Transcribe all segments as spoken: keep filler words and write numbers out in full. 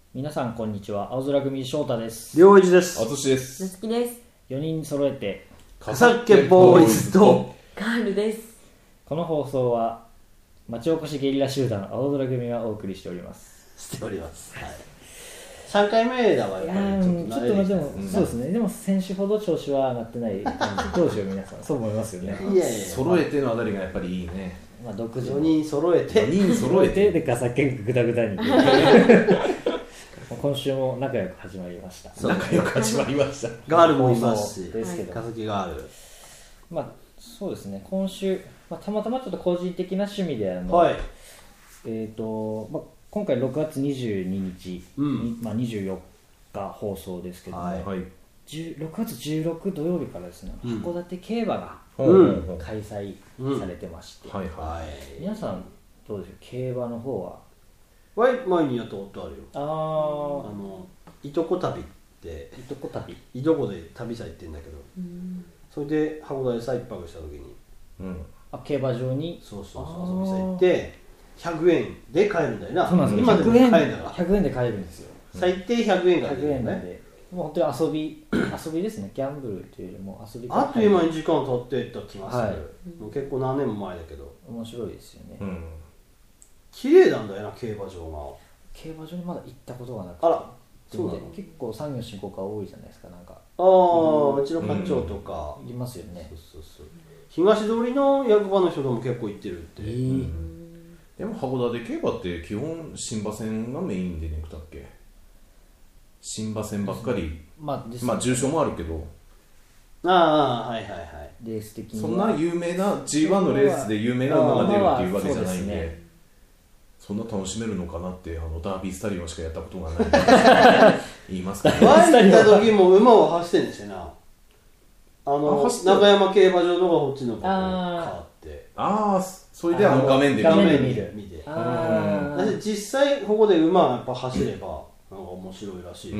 皆さんこんにちは。青空組翔太です。 良一です。 あつしです。 なつきです。 よにん揃えてかさっけボーイズとガールです。 この放送は町おこしゲリラ集団青空組がお送りしております。 しております、はい、さんかいめだわ。やっぱりちょっとちょっとまあでも、 うん、 そうですね。でも先週ほど調子は上がってない感じ。どうでしょう皆さん。そう思いますよね。 いやいや揃えてのあたりがやっぱりいいね。 まあ独自よにん揃えてよにん揃えてでガサケングダグダに今週も仲良く始まりました。 仲良く始まりました。 ガールもいますし、 ですけど、 かさきガール。 まあそうですね。今週、まあ、たまたまちょっと個人的な趣味であの、 はい、 えっ、ー、と、まあ、今回ろくがつにじゅうににち、 うんまあ、にじゅうよっか放送ですけども、 はいはい、 ろくがつじゅうろく土曜日からですね、 うん、 函館競馬がうん開催されてまして、 うんはいはい、 皆さんどうでしょう。競馬の方はわい前にやったことあるよ。 ああのいとこ旅っていとこ旅いとこで旅さ行ってんだけど、 うん、 それで函館さ一泊した時に、 うん、 あ競馬場にそうそうそう遊びさ行ってひゃくえんで買えるんだよな。 そうなんですよ。 今でも買えんだからひゃくえんで買えるんですよ。 最低ひゃくえんからひゃくえんなんで、もう本当に遊び遊びですね。ギャンブルというよりも遊び。 あっという間に時間経っていった気がする、 はい、 もう結構何年も前だけど面白いですよね。 うん、 綺麗なんだよな競馬場が。 競馬場にまだ行ったことがなくて、 あらそうなの。 結構産業振興課多いじゃないですか。なんかああ、うちの課長とか、 いますよね。 そうそうそう、東通りの役場の人でも結構行ってるって、 えーうん、でも函館競馬って基本新馬戦がメインでねくたっけ。新馬戦ばっかり、 まあ、 まあ重賞もあるけど、 ああはいはいはい、 レース的にそんな有名な ジーワン のレースで有名な馬が出るっていうわけじゃないんで、そんな楽しめるのかなって、あのダービースタリオンしかやったことがない言いますかね。 前行った時も馬を走ってんですよな。あの中山競馬場のがこっちのとこ変わって、 ああそれであの画面で画面で見見る見て、 あだって実際ここで馬がやっぱ走ればなんか面白いらしい、 うん、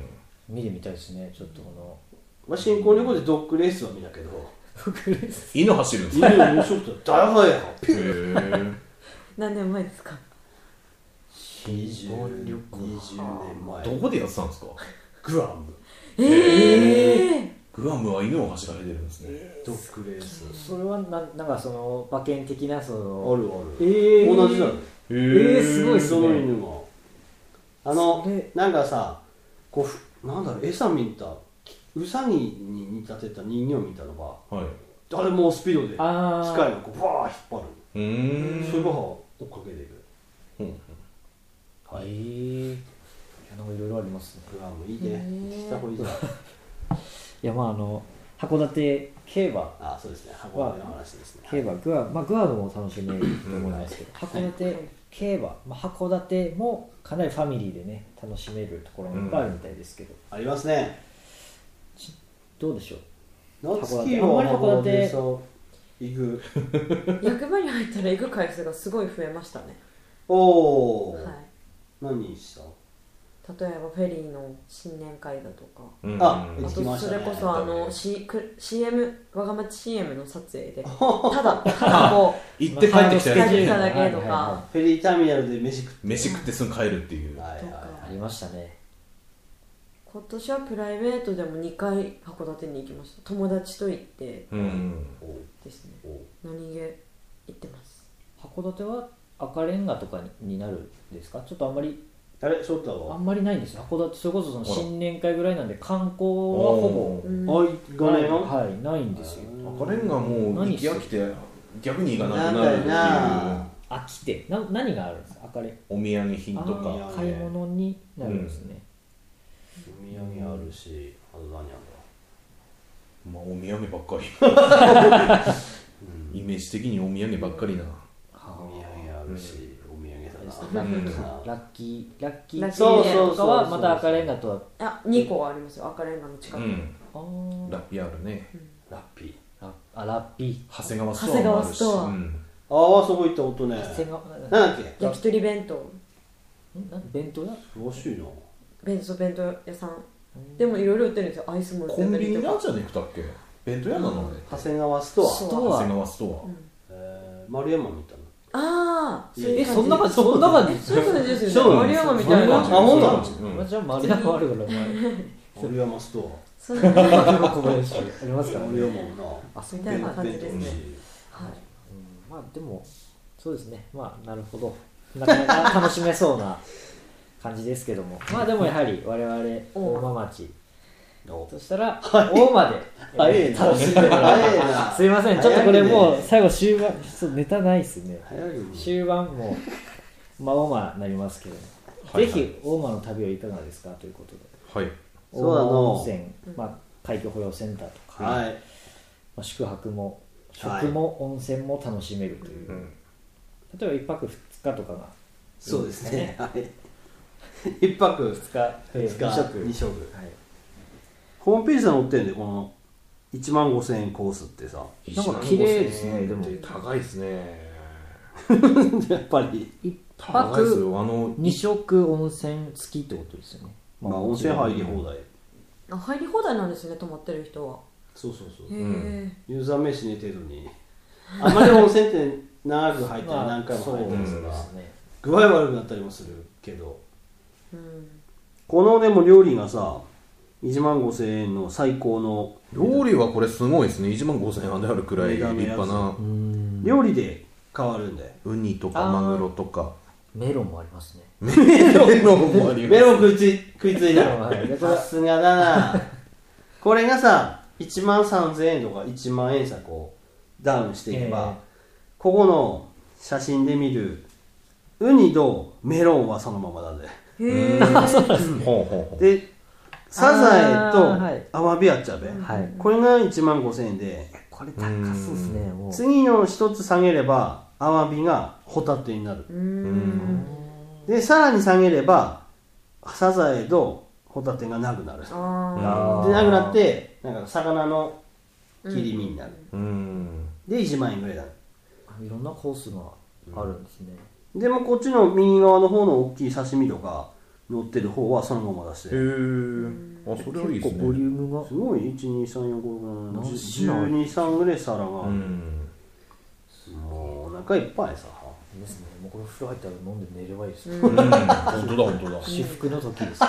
見てみたいですね。ちょっとこの、 まあ、新婚旅行でドッグレースは見たけど犬走るんです犬か。 面白くて大速いやんピュッへえ。 何年前ですか。 にじゅうねんまえ。 どこでやってたんですか。 グアム。 ええー、 グアムは犬を走られてるんですね。 ドッグレース。 それはな、なんかその馬券的なそのあるある。 えー、 同じなの。 へえー、すごいっすそのね。 犬が。あのそれなんかさ、こうなんだろう、餌見たウサギに似立てた人形見たのが、 はい。 あれもうスピードで機あ械がこうバーッ引っ張る。 うーん。 それが追っかけていく。 うん。 はい。えー、いやなんかいろいろありますね。 グアムいいね。 へーした方がいいじゃん。 いやまああの函館競馬あ、そうですね。函館の話ですね。 競馬グアム、まあ、グアムも楽しめると思いますけど、函館競馬、まあ、函館もかなりファミリーでね楽しめるところもいっぱいあるみたいですけど、 ありますね。 どうでしょう。 夏希は函館そう行く。 役場に入ったら行く回数がすごい増えましたね。 おお、 は何した？ い、例えばフェリーの新年会だとか、 うんああと行きましたね。 それこそあの C く シーエム 我が町 シーエム の撮影でただただこう行って帰ってきたやつ帰ってきただけとはいはいはか、 フェリーターミナルで飯食って。 飯食ってすぐ帰るっていう。 はいはいとかありましたね。 今年はプライベートでもにかい函館に行きました。友達と行ってうん。 おですね。 お何気行ってます。 函館は赤レンガとかに、になるんですか。ちょっとあんまりあれショッターは？ あんまりないんですよ。函館それこそその新年会ぐらいなんで観光はほうんあ、行ぼかねえの？ はいないんですよ。 赤レンガもう行き飽きて逆に行かなくなるっていう。 飽きてな何があるんですか。赤レンお土産品とあか。 ー買い物になるんですね。 お土産あるし、あと何あんだ？ まあお土産ばっかり。イメージ的にお土産ばっかりな。 お土産あるし、お土産ラッだな。 キーラッキーラッキーラッキーそうそうとかはまた赤レンガとはあ、にこありますよ。赤レンガの近くに、 うん。 あーラッピあるね。 ラッピー。 ラあラッピ長谷川ストアもあるし。 長谷川ストアうんああ、そこ行ったことね。 ー。線がなんだっけ？ 焼き鳥弁当、 んなん弁当屋詳しいな。 弁当弁当屋さんでもいろいろ売ってるんですよ。アイスも売っコンてたりとかビニなんじゃねくたっけ。弁当屋なのね。 長谷川ストア。 そうストア長谷川ストえー丸山見たの。 ああえそんな感じそんな感じそういう感じですそうよね。丸山みたいな。 あほんとまあじゃあ丸山あるから丸山ストそうですね。 丸山小林ありますからねア丸山もなあそうみたいな感じですね。はい。 うんまあでもそうですねまあなるほどなかなか楽しめそうな感じですけどもまあでもやはり我々大間町そしたら大間で早いな楽しんでもら早いなうすいませんちょっとこれもう最後終盤ちょっとネタないっすね早いね終盤もまあ大間になりますけどはいはいぜひ大間の旅はいかがですかということではい大そうだの間温泉まあ海峡保養センターとかまはいあ宿泊もはい食も温泉も楽しめるといううん例えばいっぱくふつかとかがそうですねはい一泊ふつかえー二日に食二食はいホームページさ載ってんでこのいちまんごせんえんコースってさなんか綺麗ですねでも高いですねやっぱり一高いです泊よあのに食温泉付きってことですよねまあ温泉入り放題あ入り放題なんですね泊まってる人は。 そうそうそうへえ。 ユーザー名刺ね程度にあまり温泉って長く入ったまあり何回も入ったりするからそうですね具合悪くなったりもするけどうん。 このでも料理がさいちまんごせんえんの最高の料理はこれすごいですねいちまんごせんえんであるくらい立派なうん料理で変わるんでウニとかマグロとかメロンもありますねメロンもありますメロン食いつい食いついたはいでこれさすがだなこれがさいちまんさんぜんえんとかいちまんえん差こうダウンしていけば、 えここの写真で見るウニとメロンはそのままだぜへえ。 ほうほうほうでサザエとあーはいアワビあっちゃべ、 はいこれがいちまんごせんえんでこれ高そうですねもう次の一つ下げればアワビがホタテになるうーん。 でさらに下げればサザエとホタテがなくなるああーでなくなってなんか魚の切り身になる、 うんでいちまんえんぐらいだいろんなコースがあるんですねでもこっちの右側の方の大きい刺身とか乗ってる方はそのまま出してへえあそれはいいです結構ボリュねームがすごいいちにさんよんごろくなな何じ品ゅうに、さんぐらい皿が、 うんもうお腹いっぱいさですねもうこれ風呂入ったら飲んで寝ればいいですねうん本当だ本当だ至福の時です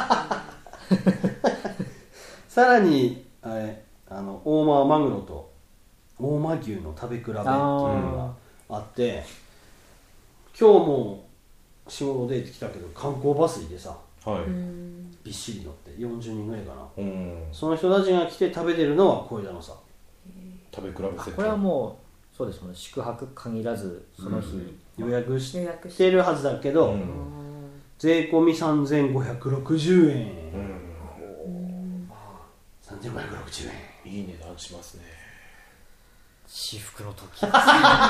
さらにあれあの大間マグロと大間牛の食べ比べっていうのがあって今日も仕事で来たけど観光バスでさはいうん。 びっしり乗ってよんじゅうにんぐらいかなうんその人たちが来て食べてるのはこれだのさ食べ比べセットこれはもうそうですもんね宿泊限らずその日予約し予約して。 てるはずだけど、 うん税込みさんぜんごひゃくろくじゅうえん、 うんさんぜんごひゃくろくじゅうえんいい値段しますね至福の時赤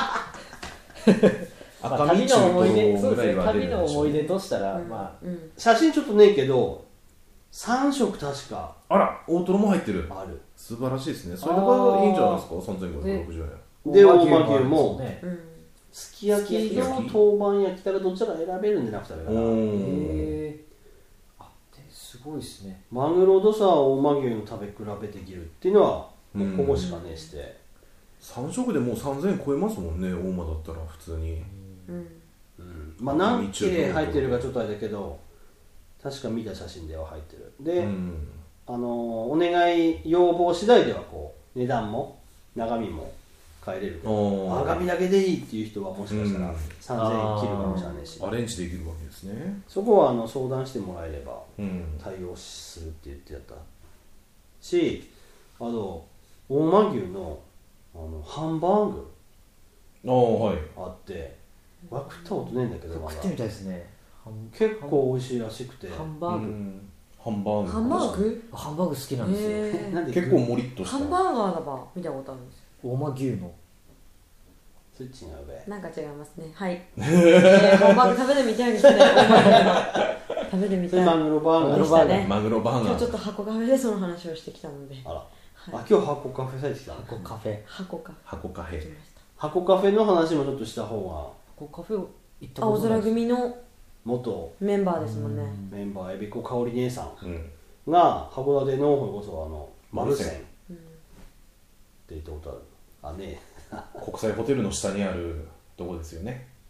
身中旅の思い出トそうですねロぐらいは出旅のるんでしょう思い出としたらまあうん。 写真ちょっとねえけどさん食確かあら大トロも入ってるある素晴らしいですねそれでこれいいんじゃないですかさんぜんごひゃくろくじゅうえんで大間大間牛もあるんですよねうん。 すき焼きの豆板焼きからどっちか選べるんでなくてもいいかなうんへえあですごいですねマグロとさ大間牛の食べ比べできるっていうのはもうここしかねえして、 さん食でもうさんぜんえん超えますもんね大間だったら普通にうん。 うんまあ何切入ってるかちょっとあれだけど確か見た写真では入ってるで、 うんあのーお願い要望次第ではこう値段も中身も変えれるけどあ赤身だけでいいっていう人はもしかしたらうんさんぜんえん切るかもしれないしアレンジできるわけですねそこはあの相談してもらえればうん対応するって言ってたしあと大間牛のあのハンバーグああはいあってわ食ったことねえんだけどまだ食ってみたいですねハン結構美味しいらしくてハンバーグ、 うんハンバーグハンバーグ。 ハンバーグ好きなんですよ、 へなんで結構もりっとしたハンバーガーだば見たことあるんですよ。 大間牛のそっちが上なんか違いますね。はい。えーハンバーグ食べてみたいですね。食べてみたい。 それマグロバーガーでしたね。 マグロバーガ今日ちょっーと箱カフェでその話をしてきたので。 あら、 はいあ今日箱カフェされてきた箱カフェ箱カフ箱カフェェ来ました。 箱カフェの話もちょっとした方箱カフェ行った青空ことないです組のが元メンバーですもんね。 メンバーえびこかおり姉さんうんが函館のこそあのマルセンってうん言ったことあるあね国際ホテルの下にあるとこですよね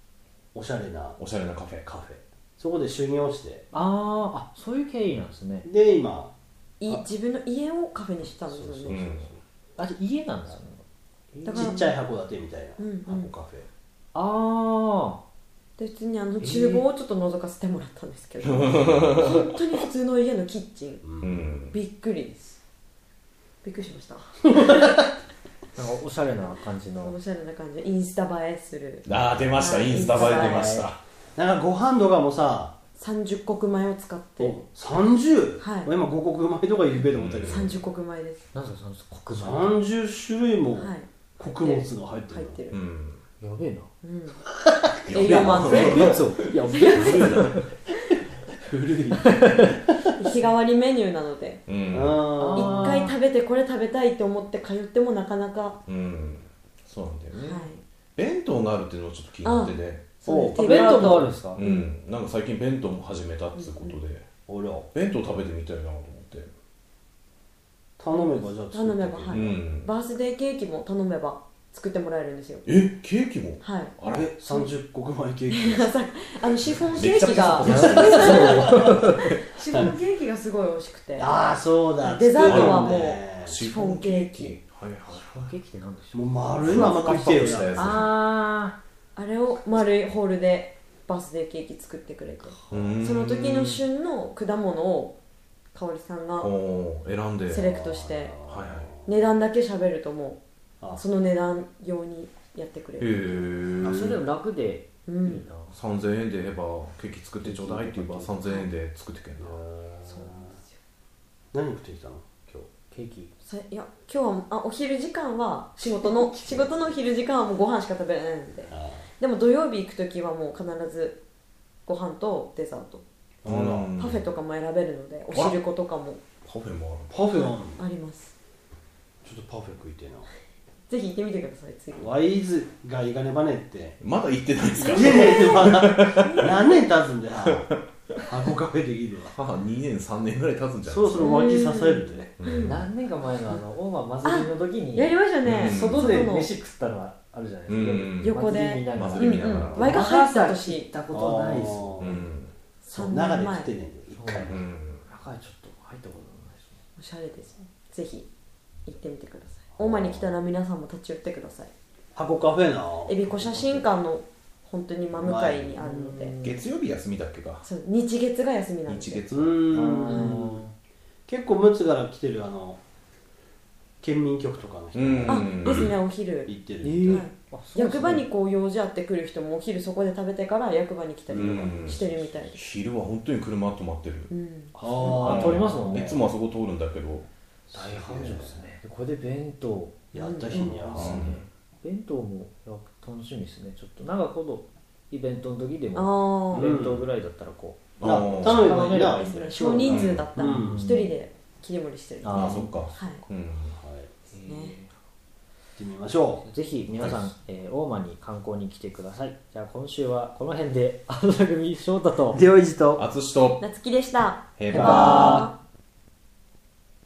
おしゃれなおしゃれなカフェカフェ、そこで修行してあーあ、そういう経緯なんですね。 で今い自分の家をカフェにしたんですよそうそうね。 あ、家なんですね。 だからちっちゃい函館みたいなうんうん箱カフェ、 あで普通にあの厨房をちょっと覗かせてもらったんですけど、本当に普通の家のキッチン、 うんうんびっくりです。びっくりしました。 あ、なんかおしゃれな感じの。 おしゃれな感じでインスタ映えするああ出ました、 はいインスタ映え出ました。 なんかご飯とかもささんじゅっこく米を使ってさんじゅう、 はい今ごこく米とかいるべと思ったけど、 さんじゅっこく米です。 なんですか、その国さ米。 んじゅっしゅるいもはい穀物が入ってる入ってるう。んやべえな。 うん栄養満点。 いや、べえ古い日替わりメニューなのでうんあ一回食べてこれ食べたいと思って通ってもなかなか、はうんそうなんだよね、 い弁当があるっていうのもちょっと気になってねそうです。 あ、弁当もあるんですか。 うん、なんか最近弁当も始めたっつうことで、 おら弁当食べてみたいなと思って頼めばじゃあ作って頼めばはいうんバースデーケーキも頼めば作ってもらえるんですよ。 えケーキもはい。 あらえさんじゅっこく米ケーキさあのシフォンケーキがめっちシフォンケーキがすごい美味しくて、 ああそうだデザートはもう作るねシフォンケーキはいはいケーキって何でしょう。 もう丸いまま食ってるしたやつああれを丸いホールでバースデーケーキ作ってくれて、 うんその時の旬の果物を香織さんがおー選んでセレクトしてはいは値段だけ喋るともあうその値段用にやってくれいへる。 えあ、それでも楽でいいうんな。 さんぜんえんで言えばケーキ作ってちょうだいって言えばさんぜんえんで作ってけんなそうなんですよ。 何食ってきたの今ケーキ。 さいや今日はあお昼時間は仕事の仕事の昼時間はもうご飯しか食べれないので、 日でも土曜日行く時はもう必ずご飯とデザート、 あらうんパフェとかも選べるのでお汁粉とかもパフェもパフェあんのあります。 ちょっとパフェ食いてえなぜひ行ってみてください次。 ワイズがいかねばねってあるまだ行ってないですかいやいやまだ何年経つんだよ箱カフェできるわ母にねんさんねんぐらい経つんじゃないそろそろ脇支えるでうん何年か前のあの大間祭りの時にやりましたね、 うん外での飯食ったのはあるじゃないですか。 うん横で祭り見ながら。 祭り見ながらうんうん前が入った年行ったことないです。 ううんんさんねん中でまえ食ってねえんだよ一回そううん中へちょっと入ったことないですね。 おしゃれですね。ぜひ行ってみてください。大間に来たら皆さんも立ち寄ってください。 箱カフェなえびこ写真館の本当に真向かいにあるので、 月曜日休みだっけかそう日月が休みなんで日月うーん結構陸奥から来てるあの県民局とかの人うんあですねお昼、 行ってる、 えはいあそうですね役場にこう用事あって来る人もお昼そこで食べてから役場に来たりとうんかしてるみたいです。 昼は本当に車止まってるうんああ通りますもんねいつもあそこ通るんだけど大繁盛ですね。でこれで弁当やった日には、 うんですね。弁当もいや楽しみですね。ちょっとなんかこのイベントの時であもあ、 イベントぐらいだったらこう、 ああー頼めばいいな頼めばいいですね少人数だったらうん一人で切り盛りしてる。 あーああそっかはい。 うんはい、 え行ってみましょーぜひ皆さん、えー大間に観光に来てください。じゃあ今週はこの辺で朝組翔太とうでおいじと淳と夏希でした。 ヘバイバーイ。